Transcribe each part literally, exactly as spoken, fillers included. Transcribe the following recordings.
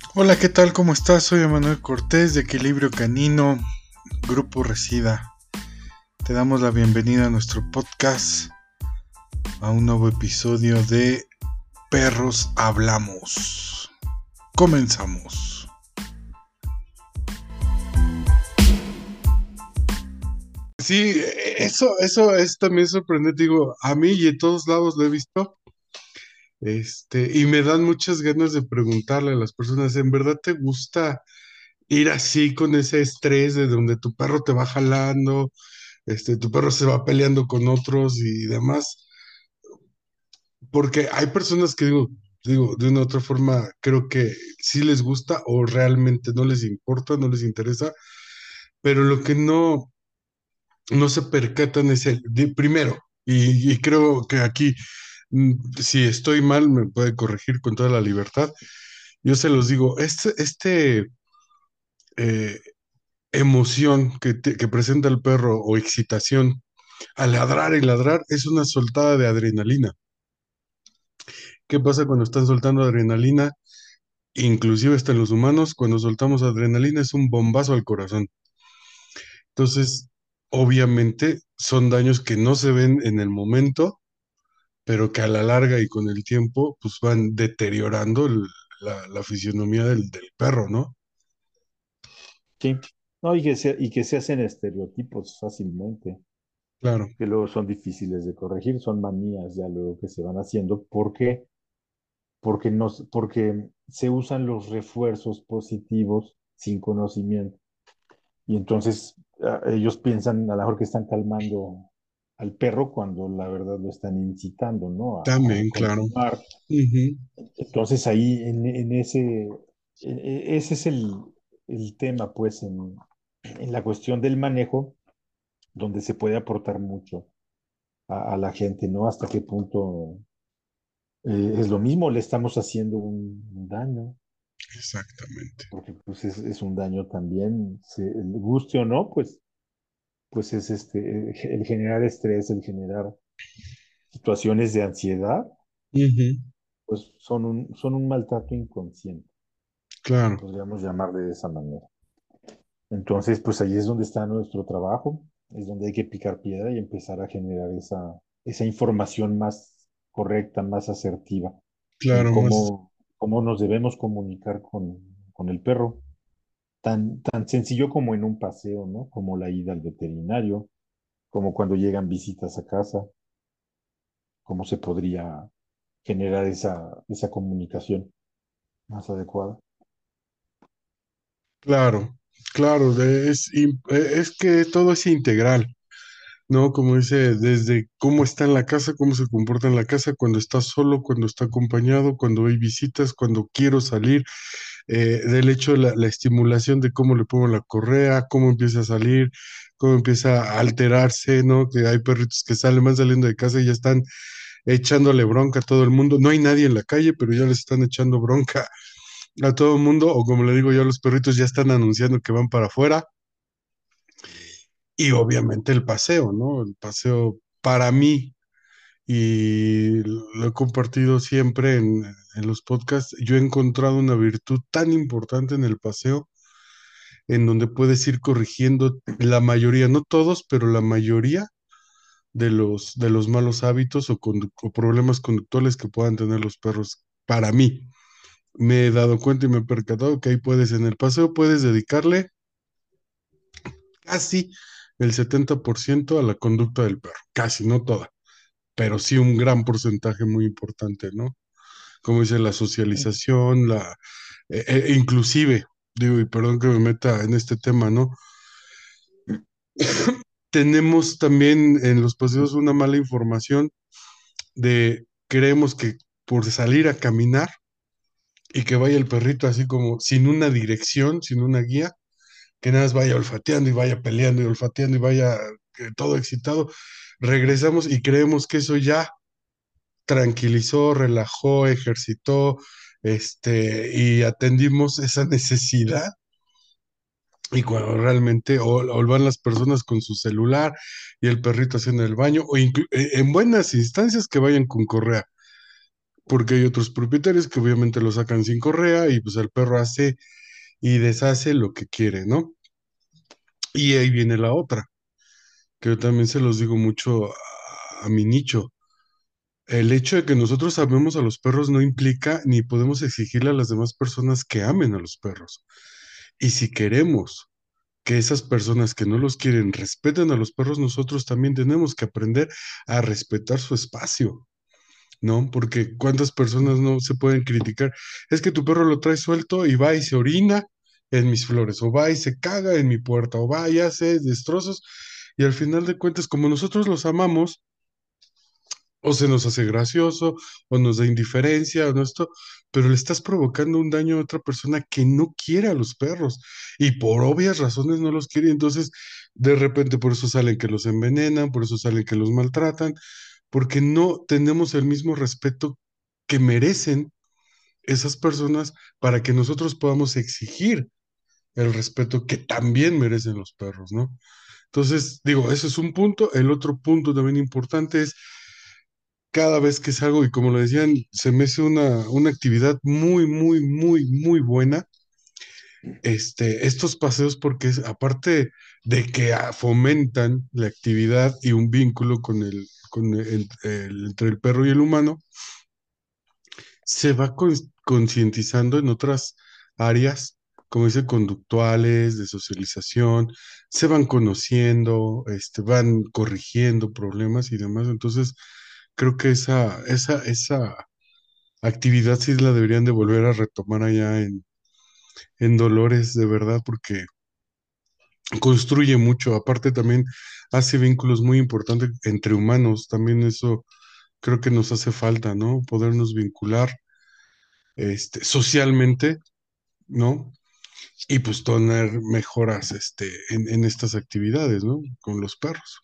Hola, ¿qué tal? ¿Cómo estás? Soy Emanuel Cortés de Equilibrio Canino, Grupo Resida. Te damos la bienvenida a nuestro podcast, a un nuevo episodio de Perros Hablamos. Comenzamos. Sí, eso, eso es también sorprendente. Digo, a mí y en todos lados lo he visto. Este, y me dan muchas ganas de preguntarle a las personas, ¿en verdad te gusta ir así con ese estrés de donde tu perro te va jalando? Este, tu perro se va peleando con otros y demás, porque hay personas que digo, digo, de una u otra forma, creo que sí les gusta o realmente no les importa, no les interesa, pero lo que no, no se percatan es el, de- primero, y, y creo que aquí, mm, si estoy mal, me puede corregir con toda la libertad. Yo se los digo, este, este eh, emoción que, te- que presenta el perro o excitación al ladrar y ladrar es una soltada de adrenalina. ¿Qué pasa cuando están soltando adrenalina? Inclusive hasta en los humanos, cuando soltamos adrenalina es un bombazo al corazón. Entonces, obviamente son daños que no se ven en el momento, pero que a la larga y con el tiempo, pues van deteriorando el- la, la fisionomía del, del perro, ¿no? Sí, no, y que se, y que se hacen estereotipos fácilmente, Claro, que luego son difíciles de corregir, son manías ya luego que se van haciendo. ¿Por qué? Porque, nos, porque se usan los refuerzos positivos sin conocimiento. Y entonces a- ellos piensan a lo mejor que están calmando al perro cuando la verdad lo están incitando, ¿no? A, a también, claro. continuar. Ujú. Entonces ahí en, en ese, e- e- ese es el, el tema, pues, en, en la cuestión del manejo donde se puede aportar mucho a, a la gente, ¿no? Hasta qué punto eh, es lo mismo, le estamos haciendo un, un daño, Exactamente. porque pues es, es un daño también, se, el guste o no, pues, pues es este, el, el generar estrés, el generar situaciones de ansiedad, Ujú. pues son un, son un maltrato inconsciente, Claro, podríamos llamarle de esa manera. Entonces, pues ahí es donde está nuestro trabajo, es donde hay que picar piedra y empezar a generar esa, esa información más correcta, más asertiva en claro, más, cómo, cómo nos debemos comunicar con, con el perro. Tan, tan sencillo como en un paseo, ¿no? Como la ida al veterinario, como cuando llegan visitas a casa, cómo se podría generar esa, esa comunicación más adecuada. claro, claro, de- es, im- eh, es que todo es integral. ¿No? Como dice, desde cómo está en la casa, cómo se comporta en la casa, cuando está solo, cuando está acompañado, cuando hay visitas, cuando quiero salir, eh, del hecho de la, la estimulación de cómo le pongo la correa, cómo empieza a salir, cómo empieza a alterarse, ¿no? Que hay perritos que salen, van saliendo de casa y ya están echándole bronca a todo el mundo. No hay nadie en la calle, pero ya les están echando bronca a todo el mundo, o como le digo yo, los perritos ya están anunciando que van para afuera. Y obviamente el paseo, ¿no? El paseo para mí y lo he compartido siempre en, en los podcasts. Yo he encontrado una virtud tan importante en el paseo, en donde puedes ir corrigiendo la mayoría, no todos, pero la mayoría de los, de los malos hábitos o, condu- o problemas conductuales que puedan tener los perros. Para mí, me he dado cuenta y me he percatado que ahí puedes, en el paseo, puedes dedicarle casi el setenta por ciento a la conducta del perro, casi, no toda, pero sí un gran porcentaje muy importante, ¿no? Como dice, la socialización, la, e- e- inclusive, digo, y perdón que me meta en este tema, ¿no? Tenemos también en los paseos una mala información de, creemos que por salir a caminar y que vaya el perrito así como sin una dirección, sin una guía, que nada más vaya olfateando y vaya peleando y olfateando y vaya eh, todo excitado, regresamos y creemos que eso ya tranquilizó, relajó, ejercitó, este, y atendimos esa necesidad. Y cuando realmente, o, o van las personas con su celular y el perrito haciendo el baño, o inclu- eh, en buenas instancias que vayan con correa, porque hay otros propietarios que obviamente lo sacan sin correa y pues el perro hace y deshace lo que quiere, ¿no? Y ahí viene la otra, que yo también se los digo mucho a, a mi nicho. El hecho de que nosotros amemos a los perros no implica ni podemos exigirle a las demás personas que amen a los perros. Y si queremos que esas personas que no los quieren respeten a los perros, nosotros también tenemos que aprender a respetar su espacio, ¿no? Porque cuántas personas no se pueden criticar. Es que tu perro lo trae suelto y va y se orina en mis flores, o va y se caga en mi puerta, o va y hace destrozos. Y al final de cuentas, como nosotros los amamos, o se nos hace gracioso, o nos da indiferencia, o no esto, pero le estás provocando un daño a otra persona que no quiere a los perros y por obvias razones no los quiere. Entonces, de repente por eso salen que los envenenan, por eso salen que los maltratan, porque no tenemos el mismo respeto que merecen esas personas para que nosotros podamos exigir el respeto que también merecen los perros, ¿no? Entonces, digo, ese es un punto. El otro punto también importante es cada vez que salgo, y como lo decían, se me hace una, una actividad muy, muy, muy, muy buena, este, estos paseos, porque es, aparte de que ah, fomentan la actividad y un vínculo con el, con el- el- entre el perro y el humano, se va cons- concientizando en otras áreas, como dice, conductuales, de socialización, se van conociendo, este, van corrigiendo problemas y demás. Entonces, creo que esa, esa, esa actividad sí la deberían de volver a retomar allá en, en Dolores, de verdad, porque construye mucho. Aparte también hace vínculos muy importantes entre humanos. También eso creo que nos hace falta, ¿no? Podernos vincular, este, socialmente, ¿no? Y pues tener mejoras, este, en, en estas actividades, ¿no? Con los perros.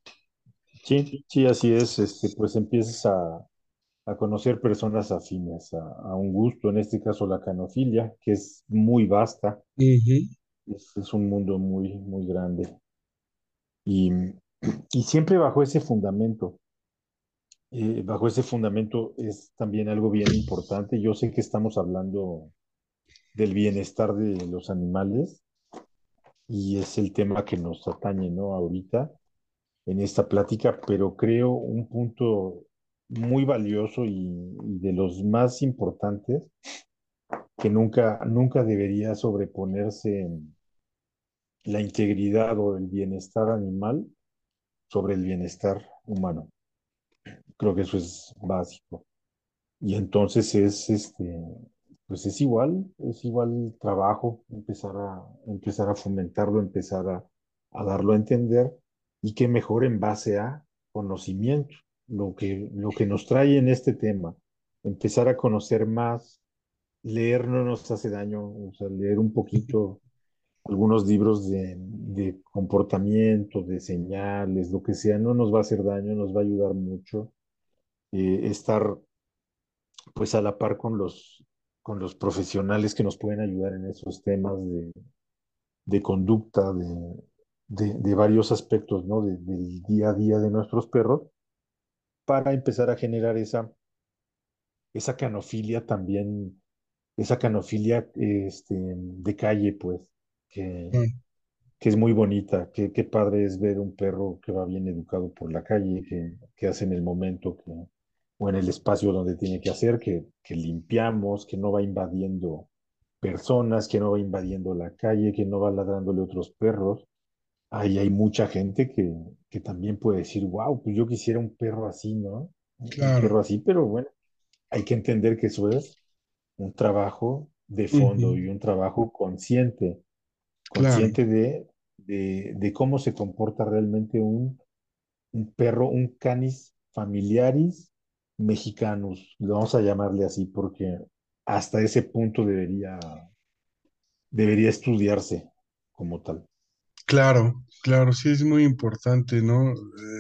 Sí, sí, así es. Este, pues empiezas a, a conocer personas afines a, a un gusto, en este caso la canofilia, que es muy vasta, Ujú. es, es un mundo muy, muy grande. Y, y siempre bajo ese fundamento, eh, bajo ese fundamento es también algo bien importante. Yo sé que estamos hablando del bienestar de los animales y es el tema que nos atañe, ¿no? Ahorita en esta plática, pero creo un punto muy valioso y, y de los más importantes que nunca, nunca debería sobreponerse la integridad o el bienestar animal sobre el bienestar humano. Creo que eso es básico. Y entonces es este, pues es igual, es igual trabajo, empezar a, empezar a fomentarlo, empezar a, a darlo a entender, y que mejor en base a conocimiento, lo que, lo que nos trae en este tema, empezar a conocer más, leer no nos hace daño, o sea, leer un poquito algunos libros de, de comportamiento, de señales, lo que sea, no nos va a hacer daño, nos va a ayudar mucho. Eh, estar pues a la par con los, con los profesionales que nos pueden ayudar en esos temas de, de conducta, de, de, de varios aspectos, ¿no? De- del día a día de nuestros perros, para empezar a generar esa, esa canofilia también, esa canofilia este, de calle, pues, que, Ah, que es muy bonita. Qué, qué padre es ver un perro que va bien educado por la calle, que, que hace en el momento que, o en el espacio donde tiene que hacer, que, que limpiamos, que no va invadiendo personas, que no va invadiendo la calle, que no va ladrándole a otros perros. Ahí hay mucha gente que, que también puede decir, wow, pues yo quisiera un perro así, ¿no? Un claro, perro así, pero bueno, hay que entender que eso es un trabajo de fondo y ujú, un trabajo consciente, claro, consciente de, de, de cómo se comporta realmente un, un perro, un canis familiaris mexicanus, lo vamos a llamarle así, porque hasta ese punto debería, debería estudiarse como tal. claro, claro, sí es muy importante, ¿no? Eh,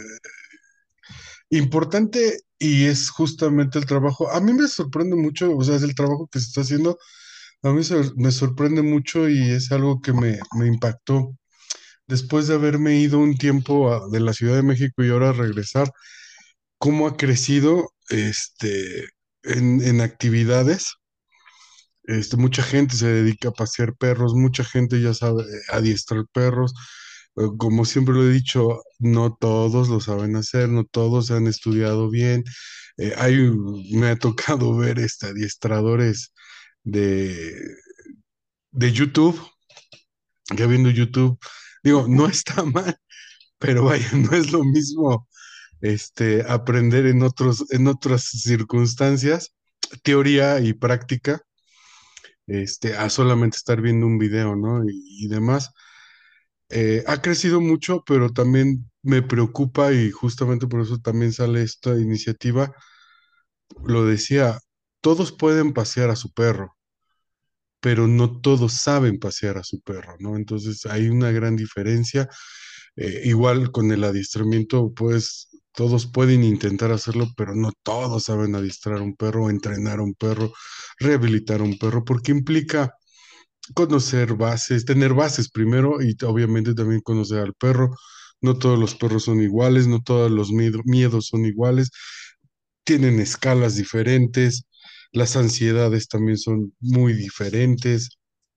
importante y es justamente el trabajo. A mí me sorprende mucho, o sea, es el trabajo que se está haciendo. A mí se- me sorprende mucho y es algo que me, me impactó. Después de haberme ido un tiempo a- de la Ciudad de México y ahora regresar, cómo ha crecido este, en, en actividades. Este, mucha gente se dedica a pasear perros, mucha gente ya sabe eh, adiestrar perros. Eh, Como siempre lo he dicho, no todos lo saben hacer, no todos han estudiado bien. Eh, hay, me ha tocado ver este, adiestradores de, de YouTube, ya viendo YouTube, digo, no está mal, pero vaya, no es lo mismo este, aprender en otros, en otras circunstancias, teoría y práctica, este, a solamente estar viendo un video, ¿no? Y, y demás. Eh, ha crecido mucho, pero también me preocupa y justamente por eso también sale esta iniciativa. Lo decía, todos pueden pasear a su perro, pero no todos saben pasear a su perro, ¿no? Entonces hay una gran diferencia. Eh, igual con el adiestramiento, pues todos pueden intentar hacerlo, pero no todos saben adiestrar un perro, entrenar a un perro, rehabilitar a un perro, porque implica conocer bases, tener bases primero y obviamente también conocer al perro. No todos los perros son iguales, no todos los miedo- miedos son iguales, tienen escalas diferentes, las ansiedades también son muy diferentes.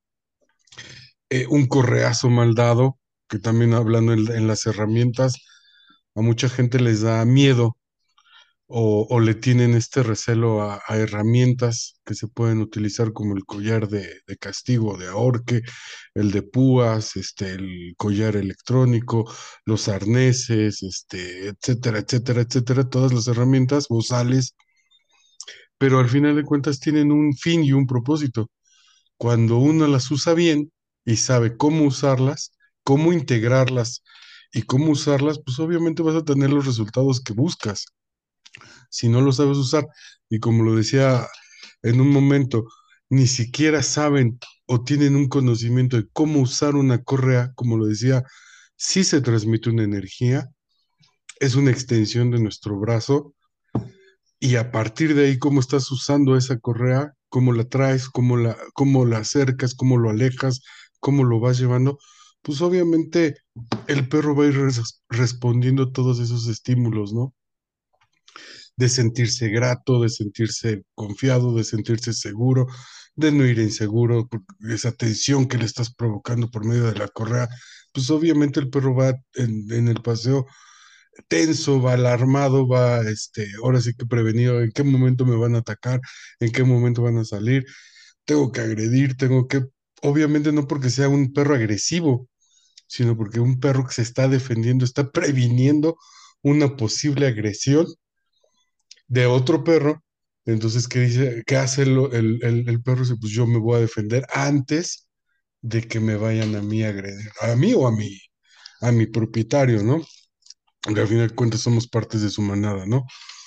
Eh, un correazo mal dado, que también hablando en, en las herramientas, a mucha gente les da miedo o, o le tienen este recelo a, a herramientas que se pueden utilizar como el collar de, de castigo, de ahorque, el de púas, este, el collar electrónico, los arneses, este, etcétera, etcétera, etcétera, todas las herramientas, bozales, pero al final de cuentas tienen un fin y un propósito. Cuando uno las usa bien y sabe cómo usarlas, cómo integrarlas y cómo usarlas, pues obviamente vas a tener los resultados que buscas. Si no lo sabes usar, y como lo decía en un momento, ni siquiera saben o tienen un conocimiento de cómo usar una correa, como lo decía, sí se transmite una energía, es una extensión de nuestro brazo, y a partir de ahí, cómo estás usando esa correa, cómo la traes, cómo la, cómo la acercas, cómo lo alejas, cómo lo vas llevando, pues obviamente el perro va a ir res- respondiendo a todos esos estímulos, ¿no? De sentirse grato, de sentirse confiado, de sentirse seguro, de no ir inseguro, por esa tensión que le estás provocando por medio de la correa, pues obviamente el perro va en, en el paseo tenso, va alarmado, va, este, ahora sí que prevenido, en qué momento me van a atacar, en qué momento van a salir, tengo que agredir, tengo que, obviamente no porque sea un perro agresivo, sino porque un perro que se está defendiendo, está previniendo una posible agresión de otro perro. Entonces, ¿qué dice? ¿Qué hace el, el, el- el perro? Dice, pues yo me voy a defender antes de que me vayan a mí a agredir, a mí o a mi, a mi propietario, ¿no? Que al final de cuentas somos partes de su manada, ¿no?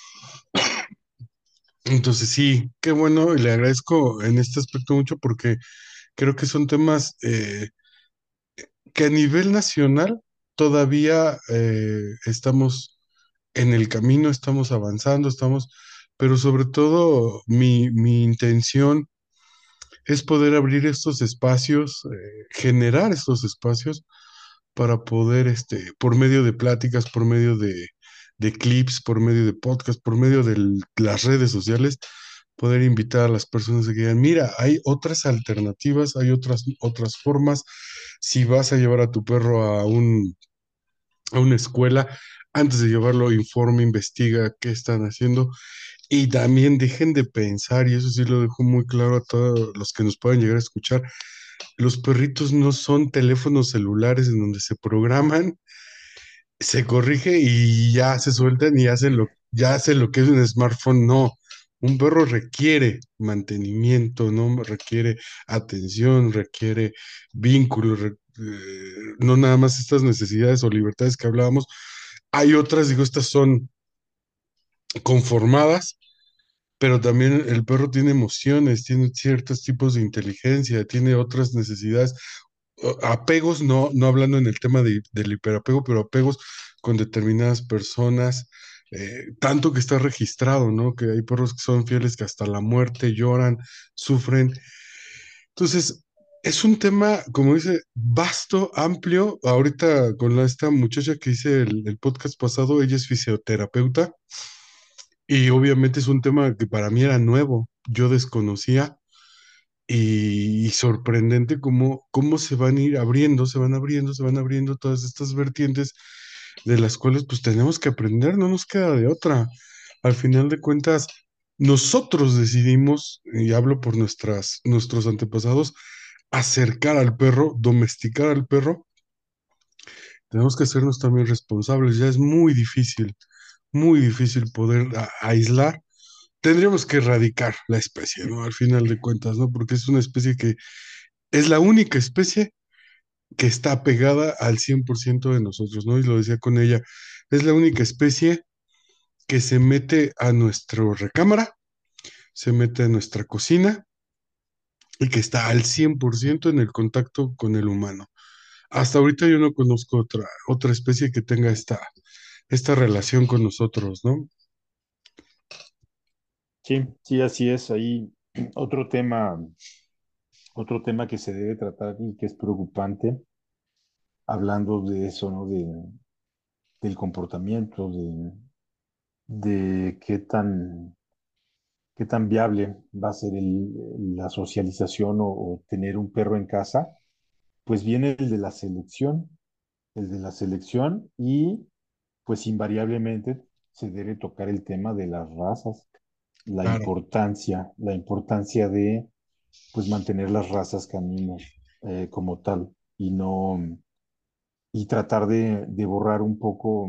Entonces, sí, qué bueno, y le agradezco en este aspecto mucho porque creo que son temas eh, que a nivel nacional todavía eh, estamos en el camino, estamos avanzando, estamos, pero sobre todo mi, mi intención es poder abrir estos espacios, eh, generar estos espacios para poder, este, por medio de pláticas, por medio de, de clips, por medio de podcasts, por medio de l- las redes sociales, poder invitar a las personas a que digan, mira, hay otras alternativas, hay otras, otras formas. Si vas a llevar a tu perro a un, a una escuela, antes de llevarlo, informe, investiga qué están haciendo y también dejen de pensar, y eso sí lo dejo muy claro a todos los que nos puedan llegar a escuchar, los perritos no son teléfonos celulares en donde se programan, se corrige y ya se sueltan y hacen lo, ya hacen lo que es un smartphone. No, un perro requiere mantenimiento, no requiere atención, requiere vínculos, re- eh, no nada más estas necesidades o libertades que hablábamos. Hay otras, digo, estas son conformadas, pero también el perro tiene emociones, tiene ciertos tipos de inteligencia, tiene otras necesidades, o- apegos, no, no hablando en el tema de- del hiperapego, pero apegos con determinadas personas, eh, tanto que está registrado, ¿no? Que hay perros que son fieles que hasta la muerte lloran, sufren. Entonces, es un tema, como dice, vasto, amplio. Ahorita con la, esta muchacha que hice el, el podcast pasado, ella es fisioterapeuta Y obviamente es un tema que para mí era nuevo, yo desconocía y, y sorprendente cómo, cómo se van a ir abriendo, se van abriendo, se van abriendo todas estas vertientes de las cuales pues tenemos que aprender, no nos queda de otra. Al final de cuentas, nosotros decidimos, y hablo por nuestras, nuestros antepasados, acercar al perro, domesticar al perro. Tenemos que hacernos también responsables, ya es muy difícil, muy difícil poder a- aislar. Tendríamos que erradicar la especie, ¿no? Al final de cuentas, ¿no? Porque es una especie que es la única especie que está pegada al cien por ciento de nosotros, ¿no? Y lo decía con ella, es la única especie que se mete a nuestra recámara, se mete a nuestra cocina y que está al cien por ciento en el contacto con el humano. Hasta ahorita yo no conozco otra, otra especie que tenga esta, esta relación con nosotros, ¿no? Sí, sí, así es. Ahí otro tema, otro tema que se debe tratar y que es preocupante, hablando de eso, ¿no? De, del comportamiento, de, de qué tan, qué tan viable va a ser el- la socialización o, o tener un perro en casa, pues viene el de la selección, el de la selección y pues invariablemente se debe tocar el tema de las razas, la Claro, importancia, la importancia de pues mantener las razas caninas eh, como tal y no y tratar de, de borrar un poco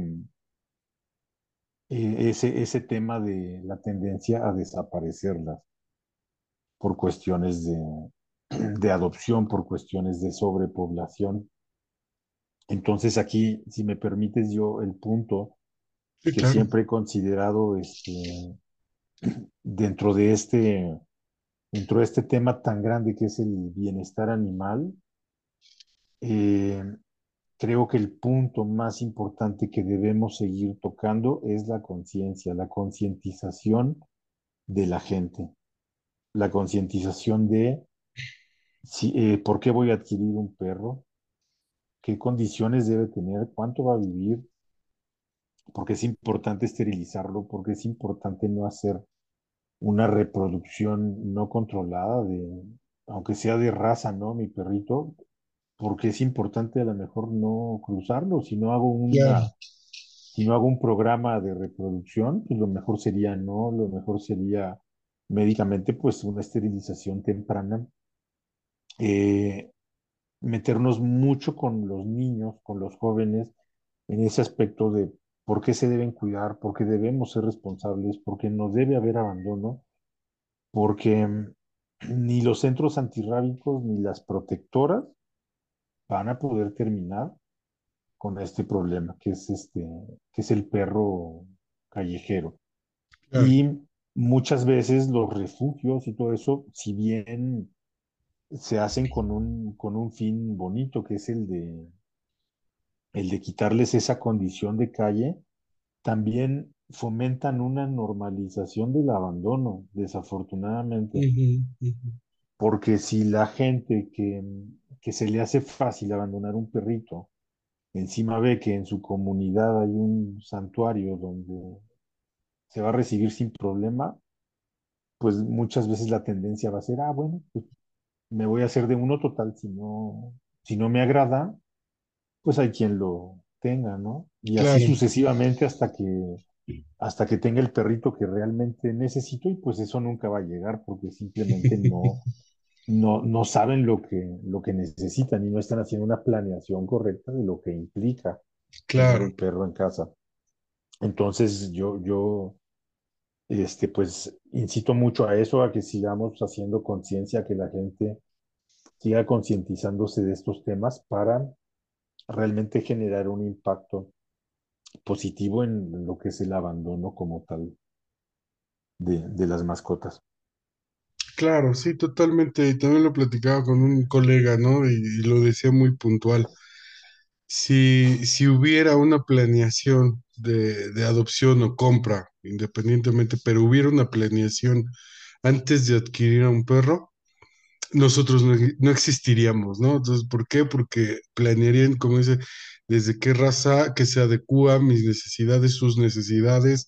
eh, ese, ese tema de la tendencia a desaparecerlas por cuestiones de, de adopción, por cuestiones de sobrepoblación. Entonces aquí, si me permites yo el punto sí, que claro. siempre he considerado este, dentro de este, dentro de este tema tan grande que es el bienestar animal, eh, creo que el punto más importante que debemos seguir tocando es la conciencia, la concientización de la gente, la concientización de si, eh, por qué voy a adquirir un perro, qué condiciones debe tener, cuánto va a vivir, porque es importante esterilizarlo, porque es importante no hacer una reproducción no controlada de, aunque sea de raza, ¿no? Mi perrito, porque es importante a lo mejor no cruzarlo, si no hago Claro, una, si no hago un programa de reproducción, pues lo mejor sería no, lo mejor sería médicamente pues una esterilización temprana. Eh, Meternos mucho con los niños, con los jóvenes, en ese aspecto de por qué se deben cuidar, por qué debemos ser responsables, por qué no debe haber abandono, porque mm, ni los centros antirrábicos ni las protectoras van a poder terminar con este problema, que es este, que es el perro callejero. claro. Y muchas veces los refugios y todo eso, si bien se hacen con un, con un fin bonito, que es el de, el de quitarles esa condición de calle, también fomentan una normalización del abandono, desafortunadamente, Ujú, ujú. porque si la gente que, que se le hace fácil abandonar un perrito, encima ve que en su comunidad hay un santuario donde se va a recibir sin problema, pues muchas veces la tendencia va a ser, ah, bueno, pues me voy a hacer de uno total, si no, si no me agrada, pues hay quien lo tenga, ¿no? Y así Claro, sucesivamente hasta que, hasta que tenga el perrito que realmente necesito y pues eso nunca va a llegar porque simplemente no, no, no saben lo que, lo que necesitan y no están haciendo una planeación correcta de lo que implica tener claro, un perro en casa. Entonces yo, yo, este, pues incito mucho a eso, a que sigamos haciendo conciencia, que la gente siga concientizándose de estos temas para realmente generar un impacto positivo en lo que es el abandono como tal de, de las mascotas. claro, sí, totalmente. Y también lo platicaba con un colega, ¿no? Y, y lo decía muy puntual. Si, si hubiera una planeación de, de adopción o compra, independientemente, pero hubiera una planeación antes de adquirir a un perro, nosotros no, no existiríamos, ¿no? Entonces, ¿por qué? Porque planearían, como dice, desde qué raza, que se adecua a mis necesidades, sus necesidades,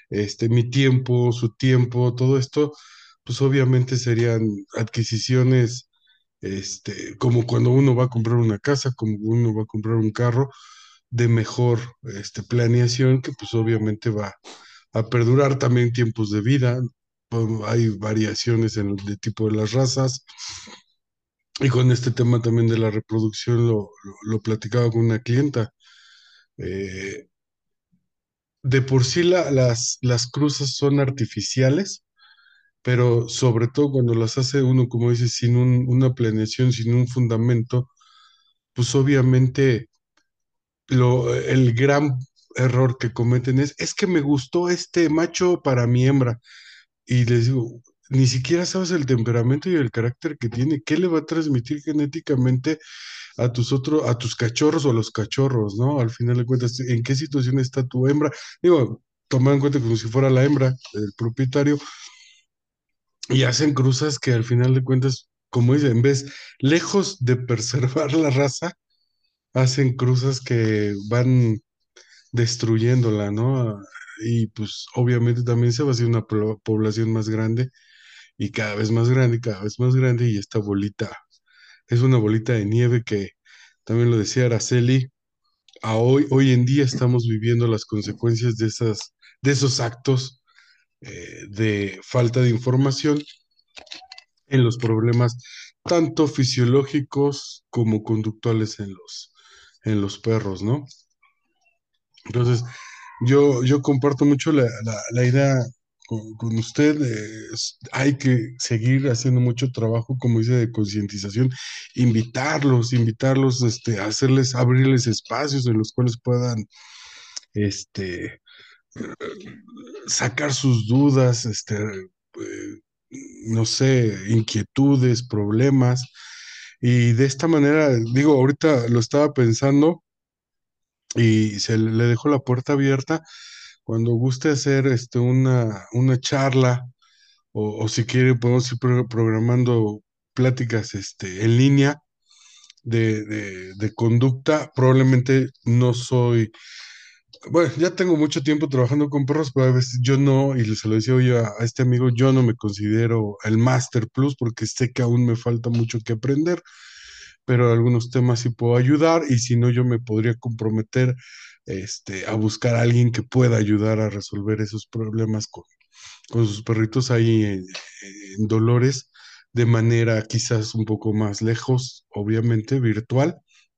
este, mi tiempo, su tiempo, todo esto, pues obviamente serían adquisiciones, este, como cuando uno va a comprar una casa, como uno va a comprar un carro, de mejor, este, planeación, que pues obviamente va a perdurar también tiempos de vida. Pues, hay variaciones en el de tipo de las razas. Y con este tema también de la reproducción lo, lo, lo platicaba con una clienta. Eh, de por sí la- las, las cruzas son artificiales, pero sobre todo cuando las hace uno, como dice, sin un- una planeación, sin un fundamento, pues obviamente lo, el gran error que cometen es, es que me gustó este macho para mi hembra. Y les digo, ni siquiera sabes el temperamento y el carácter que tiene, qué le va a transmitir genéticamente a tus otros, a tus cachorros o a los cachorros, ¿no? Al final de cuentas, ¿en qué situación está tu hembra? Digo, tomar en cuenta como si fuera la hembra del propietario, y hacen cruzas que al final de cuentas, como dicen, en vez, lejos de preservar la raza, hacen cruzas que van destruyéndola, ¿no? Y pues obviamente también se va a hacer una plo- población más grande y cada vez más grande, y cada vez más grande, y esta bolita es una bolita de nieve que también lo decía Araceli, a hoy, hoy en día estamos viviendo las consecuencias de esas, de esos actos eh, de falta de información en los problemas tanto fisiológicos como conductuales en los, en los perros, ¿no? Entonces, yo, yo comparto mucho la, la- la idea con, con usted. Eh, es- hay que seguir haciendo mucho trabajo, como dice, de concientización, invitarlos, invitarlos, este, hacerles, abrirles espacios en los cuales puedan, este, sacar sus dudas, este, eh, no sé, inquietudes, problemas. Y de esta manera, digo, ahorita lo estaba pensando y se le le dejó la puerta abierta cuando guste hacer este, una, una charla o, o si quiere podemos ir pro- programando pláticas este, en línea de, de, de conducta. Probablemente no soy, bueno, ya tengo mucho tiempo trabajando con perros, pero a veces yo no, y se lo decía hoy a, a este amigo, yo no me considero el Master Plus porque sé que aún me falta mucho que aprender, pero algunos temas sí puedo ayudar y si no, yo me podría comprometer este, a buscar a alguien que pueda ayudar a resolver esos problemas con, con sus perritos ahí en, en Dolores, de manera quizás un poco más lejos, obviamente virtual,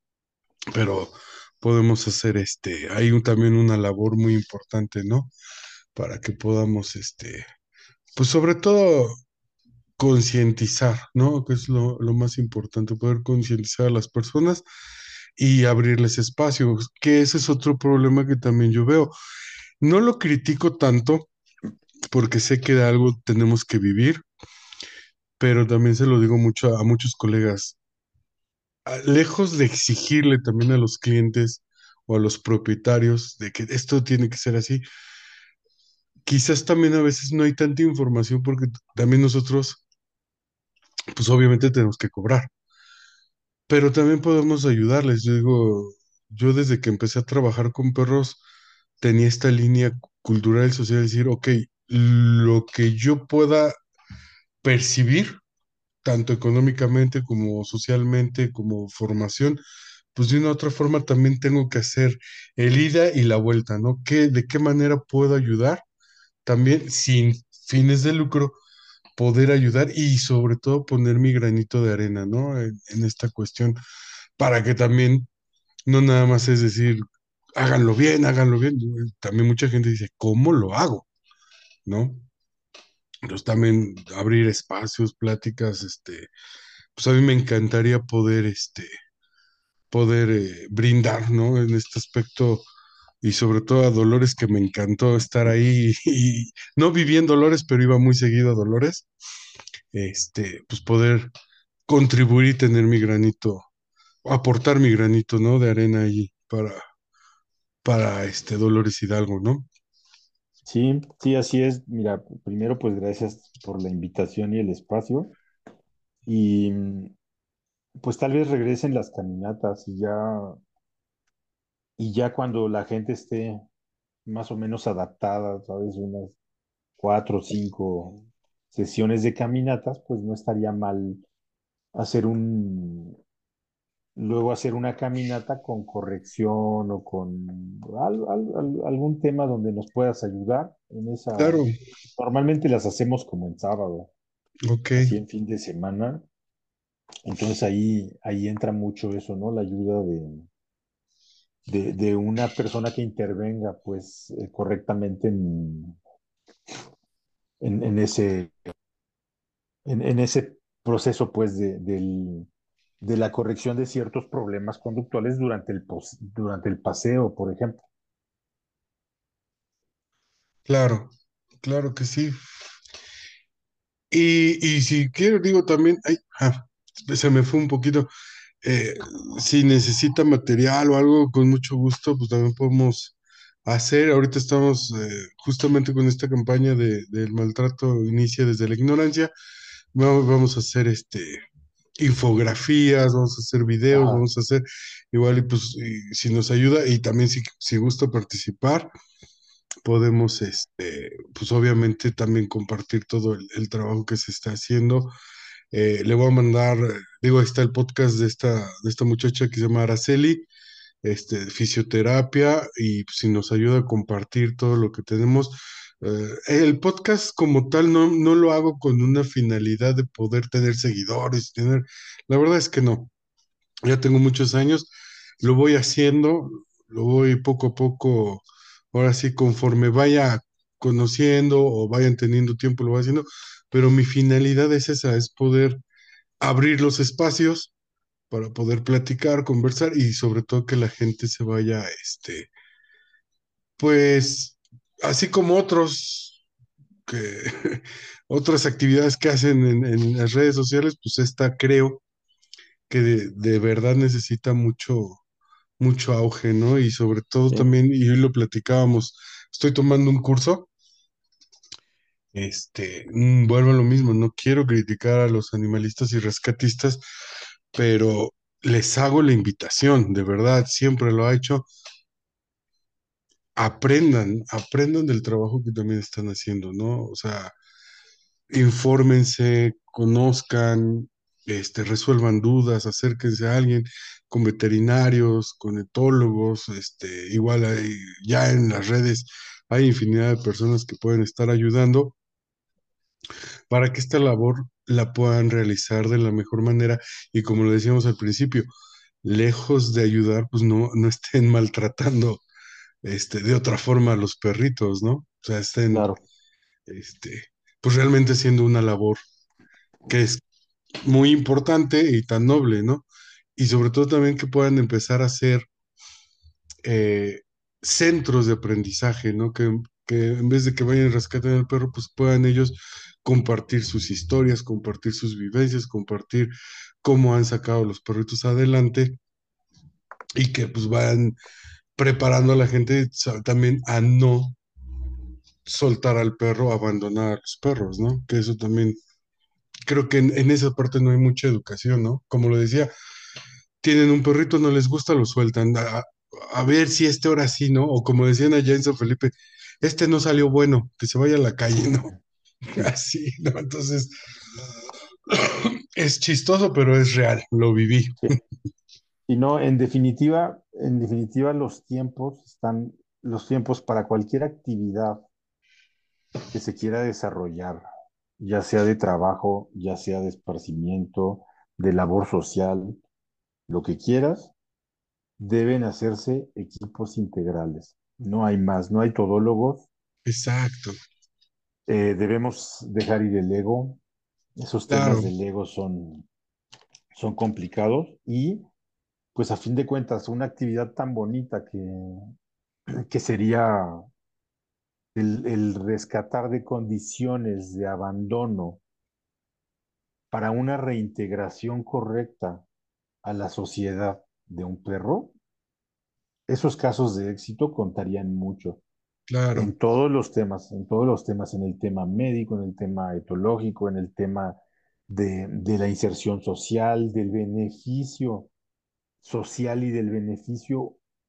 pero podemos hacer este, hay un- también una labor muy importante, ¿no? Para que podamos, este, pues sobre todo concientizar, ¿no? Que es lo, lo más importante, poder concientizar a las personas y abrirles espacios, que ese es otro problema que también yo veo. No lo critico tanto porque sé que de algo tenemos que vivir, pero también se lo digo mucho a, a muchos colegas. A- lejos de exigirle también a los clientes o a los propietarios de que esto tiene que ser así, quizás también a veces no hay tanta información porque t- también nosotros, pues obviamente tenemos que cobrar, pero también podemos ayudarles. Yo digo, yo desde que empecé a trabajar con perros tenía esta línea cultural y social de decir, ok, lo que yo pueda percibir, tanto económicamente como socialmente, como formación, pues de una u otra forma también tengo que hacer el ida y la vuelta, ¿no? ¿Qué, de qué manera puedo ayudar? También sin fines de lucro, poder ayudar y sobre todo poner mi granito de arena, ¿no? En, en esta cuestión, para que también no nada más es decir, háganlo bien, háganlo bien. También mucha gente dice, ¿cómo lo hago? ¿No? Entonces también abrir espacios, pláticas, este, pues a mí me encantaría poder, este, poder eh, brindar, ¿no? En este aspecto y sobre todo a Dolores, que me encantó estar ahí y, no viví en Dolores, pero iba muy seguido a Dolores, este, pues poder contribuir y tener mi granito, aportar mi granito, ¿no? De arena ahí para, para este Dolores Hidalgo, ¿no? Sí, sí, así es. Mira, primero pues gracias por la invitación y el espacio. Y mm, pues tal vez regresen las caminatas y ya, y ya cuando la gente esté más o menos adaptada, ¿sabes? Unas cuatro o cinco sesiones de caminatas, pues no estaría mal hacer un, luego hacer una caminata con corrección o con al- al- al- algún tema donde nos puedas ayudar en esa. Claro, Normalmente las hacemos como en sábado, ok, así en fin de semana. Entonces ahí, ahí entra mucho eso, ¿no? La ayuda de, de, de una persona que intervenga, pues, eh, correctamente en, en, en ese, en, en ese proceso, pues, de, del- de la corrección de ciertos problemas conductuales durante el, pos- durante el paseo, por ejemplo. claro, claro que sí. Y, y si quiero, digo también, ay, ah, se me fue un poquito, eh, si necesita material o algo, con mucho gusto, pues también podemos hacer. Ahorita estamos eh, justamente con esta campaña de, del maltrato inicia desde la ignorancia. Vamos, vamos a hacer este infografías, vamos a hacer videos, Ajá, vamos a hacer igual y pues y si nos ayuda y también si, si gusta participar, podemos este, pues obviamente también compartir todo el, el trabajo que se está haciendo. Eh, le voy a mandar, eh, digo, ahí está el podcast de esta, de esta muchacha que se llama Araceli, este, fisioterapia, y pues, si nos ayuda a compartir todo lo que tenemos. Eh, el podcast como tal no, no lo hago con una finalidad de poder tener seguidores, tener, la verdad es que no, ya tengo muchos años, lo voy haciendo, lo voy poco a poco, ahora sí, conforme vaya conociendo o vayan teniendo tiempo, lo voy haciendo, pero mi finalidad es esa, es poder abrir los espacios para poder platicar, conversar y sobre todo que la gente se vaya, este, pues, así como otros que otras actividades que hacen en, en las redes sociales, pues esta creo que de, de verdad necesita mucho, mucho auge, ¿no? Y sobre todo sí, también, y hoy lo platicábamos, estoy tomando un curso, este, mm, vuelvo a lo mismo, no quiero criticar a los animalistas y rescatistas, pero les hago la invitación, de verdad, siempre lo ha hecho, aprendan, aprendan del trabajo que también están haciendo, ¿no? O sea, infórmense, conozcan, este, resuelvan dudas, acérquense a alguien con veterinarios, con etólogos, este, igual hay, ya en las redes hay infinidad de personas que pueden estar ayudando para que esta labor la puedan realizar de la mejor manera y como lo decíamos al principio, lejos de ayudar, pues no, no estén maltratando este, de otra forma a los perritos, ¿no? O sea, estén claro. este, pues realmente haciendo una labor que es muy importante y tan noble, ¿no? Y sobre todo también que puedan empezar a ser eh, centros de aprendizaje, ¿no? Que, que en vez de que vayan y rescaten al perro, pues puedan ellos compartir sus historias, compartir sus vivencias, compartir cómo han sacado los perritos adelante y que pues vayan preparando a la gente sa- también a no soltar al perro, abandonar a los perros, ¿no? Que eso también, creo que en, en esa parte no hay mucha educación, ¿no? Como lo decía, tienen un perrito, no les gusta, lo sueltan. A, a ver si este ahora sí, ¿no? O como decían allá en San Felipe, este no salió bueno, que se vaya a la calle, ¿no? Sí, Así, ¿no? Entonces, es chistoso, pero es real, lo viví. sí. Y no, en definitiva, en definitiva, los tiempos están, los tiempos para cualquier actividad que se quiera desarrollar, ya sea de trabajo, ya sea de esparcimiento, de labor social, lo que quieras, deben hacerse equipos integrales. No hay más, no hay todólogos. Exacto, Eh, debemos dejar ir el ego. Esos claro, temas del ego son, son complicados y, pues a fin de cuentas, una actividad tan bonita que, que sería el, el rescatar de condiciones de abandono para una reintegración correcta a la sociedad de un perro, esos casos de éxito contarían mucho claro, en todos los temas, en todos los temas, en el tema médico, en el tema etológico, en el tema de, de la inserción social, del beneficio social y del beneficio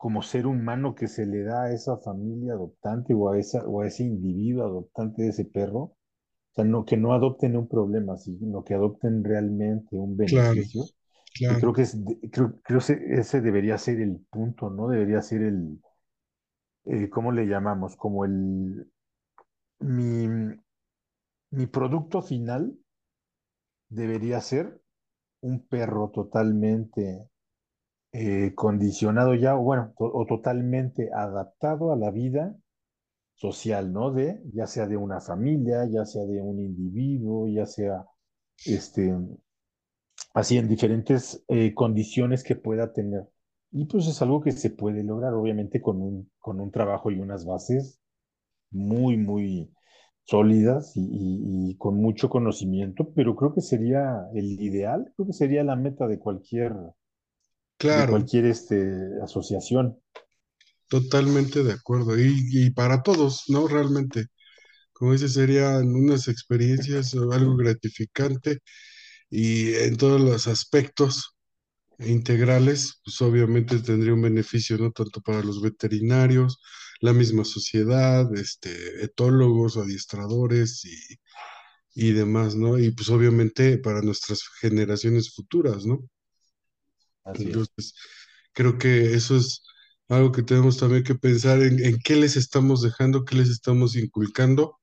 como ser humano que se le da a esa familia adoptante o a, esa, o a ese individuo adoptante de ese perro. O sea, no, que no adopten un problema, sino que adopten realmente un Claro, beneficio. Y claro, creo que es, de- creo, creo ese, ese debería ser el punto, ¿no? Debería ser el, eh, ¿cómo le llamamos? Como el, mi, mi producto final debería ser un perro totalmente eh, condicionado ya, o bueno, to- o totalmente adaptado a la vida social, ¿no? De, ya sea de una familia, ya sea de un individuo, ya sea, este, así en diferentes eh, condiciones que pueda tener. Y pues es algo que se puede lograr, obviamente, con un, con un trabajo y unas bases muy, muy sólidas y, y- y con mucho conocimiento, pero creo que sería el ideal, creo que sería la meta de cualquier, de claro, cualquier este, asociación. totalmente de acuerdo. Y, y para todos, ¿no? Realmente, como dices, serían unas experiencias o algo gratificante y en todos los aspectos integrales, pues obviamente tendría un beneficio, ¿no? Tanto para los veterinarios, la misma sociedad, este, etólogos, adiestradores y, y demás, ¿no? Y pues obviamente para nuestras generaciones futuras, ¿no? Así es. Entonces, creo que eso es algo que tenemos también que pensar en, en qué les estamos dejando, qué les estamos inculcando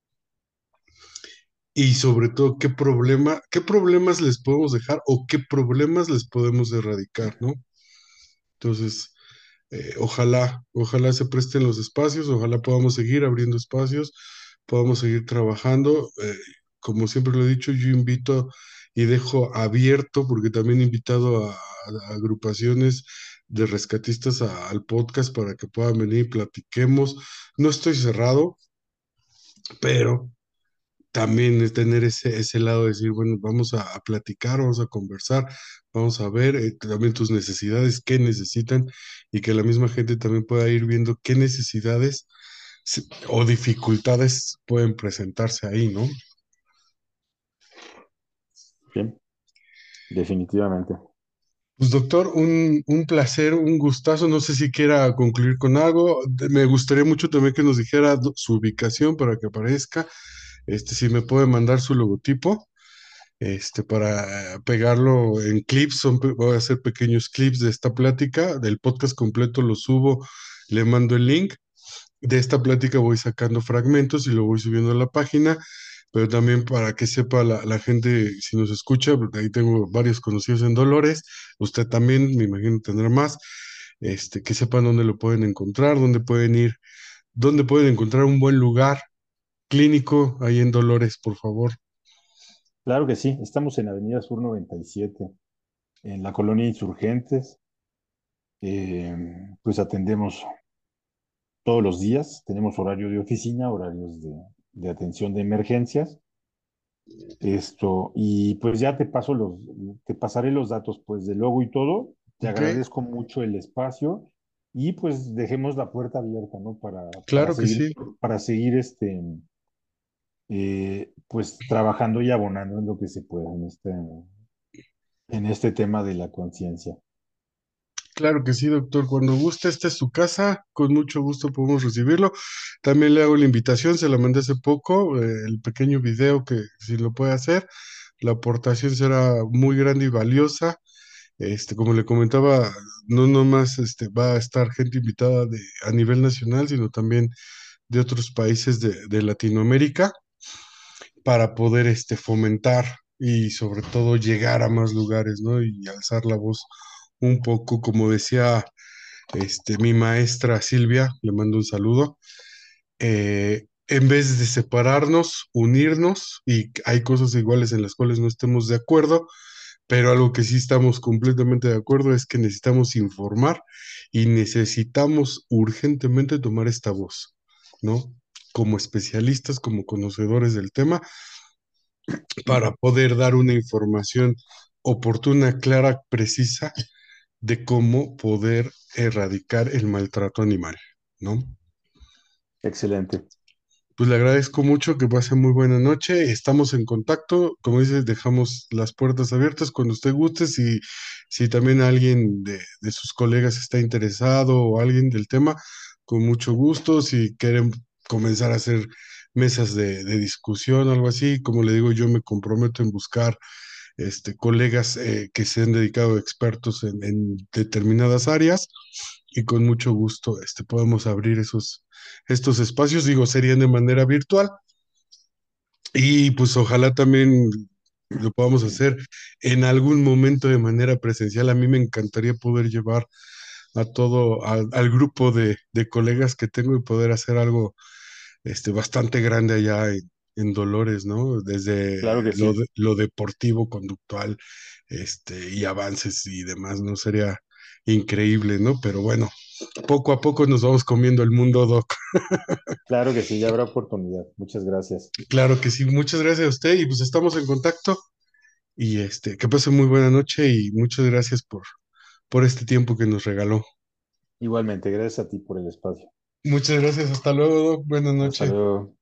y sobre todo qué problema, qué problemas les podemos dejar o qué problemas les podemos erradicar, ¿no? Entonces, eh, ojalá, ojalá se presten los espacios, ojalá podamos seguir abriendo espacios, podamos seguir trabajando. Eh, como siempre lo he dicho, yo invito y dejo abierto, porque también he invitado a, a agrupaciones de rescatistas a- al podcast para que puedan venir y platiquemos. No estoy cerrado, pero también es tener ese, ese lado de decir, bueno, vamos a, a platicar, vamos a conversar, vamos a ver eh, también tus necesidades, qué necesitan y que la misma gente también pueda ir viendo qué necesidades se- o dificultades pueden presentarse ahí, ¿no? Bien, definitivamente. Pues doctor, un, un placer, un gustazo. No sé si quiera concluir con algo. De- Me gustaría mucho también que nos dijera do- su ubicación para que aparezca. Este, si me puede mandar su logotipo. Este, para pegarlo en clips, son, pe- voy a hacer pequeños clips de esta plática, del podcast completo lo subo, le mando el link, de esta plática voy sacando fragmentos y lo voy subiendo a la página, pero también para que sepa la, la gente, si nos escucha, porque ahí tengo varios conocidos en Dolores, usted también, me imagino tendrá más, este, que sepan dónde lo pueden encontrar, dónde pueden ir, dónde pueden encontrar un buen lugar clínico ahí en Dolores, por favor. Claro que sí, estamos en Avenida Sur noventa y siete, en la colonia Insurgentes. Eh, pues atendemos todos los días, tenemos horario de oficina, horarios de, de atención de emergencias. Esto, y pues ya te paso los, te pasaré los datos pues de logo y todo. Te Ok, agradezco mucho el espacio y pues dejemos la puerta abierta, ¿no? Para, para claro que seguir, sí. para seguir este, eh, pues trabajando y abonando en lo que se pueda en este, en este tema de la conciencia. Claro que sí, doctor. Cuando guste, esta es su casa. Con mucho gusto podemos recibirlo. También le hago la invitación, se la mandé hace poco, eh, el pequeño video que si lo puede hacer, la aportación será muy grande y valiosa. Este, como le comentaba, no nomás este, va a estar gente invitada de, a nivel nacional, sino también de otros países de, de Latinoamérica para poder este, fomentar y sobre todo llegar a más lugares, ¿no? Y alzar la voz un poco, como decía este, mi maestra Silvia, le mando un saludo, eh, en vez de separarnos, unirnos, y hay cosas iguales en las cuales no estemos de acuerdo, pero algo que sí estamos completamente de acuerdo es que necesitamos informar y necesitamos urgentemente tomar esta voz, ¿no? Como especialistas, como conocedores del tema, para poder dar una información oportuna, clara, precisa de cómo poder erradicar el maltrato animal, ¿no? Excelente. Pues le agradezco mucho, que pase muy buena noche. Estamos en contacto. Como dices, dejamos las puertas abiertas cuando usted guste. Si, si también alguien de, de sus colegas está interesado o alguien del tema, con mucho gusto. Si quieren comenzar a hacer mesas de, de discusión o algo así, como le digo, yo me comprometo en buscar este, colegas eh, que se han dedicado expertos en, en determinadas áreas y con mucho gusto este, podemos abrir esos, estos espacios, digo, serían de manera virtual y pues ojalá también lo podamos hacer en algún momento de manera presencial. A mí me encantaría poder llevar a todo, al, al grupo de, de colegas que tengo y poder hacer algo este, bastante grande allá en, en Dolores, ¿no? Desde Claro que lo, sí, de- lo deportivo, conductual, este, y avances y demás, ¿no? Sería increíble, ¿no? Pero bueno, poco a poco nos vamos comiendo el mundo, Doc. claro que sí, ya habrá oportunidad. Muchas gracias. Claro que sí, muchas gracias a usted y pues estamos en contacto y este, que pase muy buena noche y muchas gracias por, por este tiempo que nos regaló. Igualmente, gracias a ti por el espacio. Muchas gracias, hasta luego, Doc. Buenas Hasta noches. luego.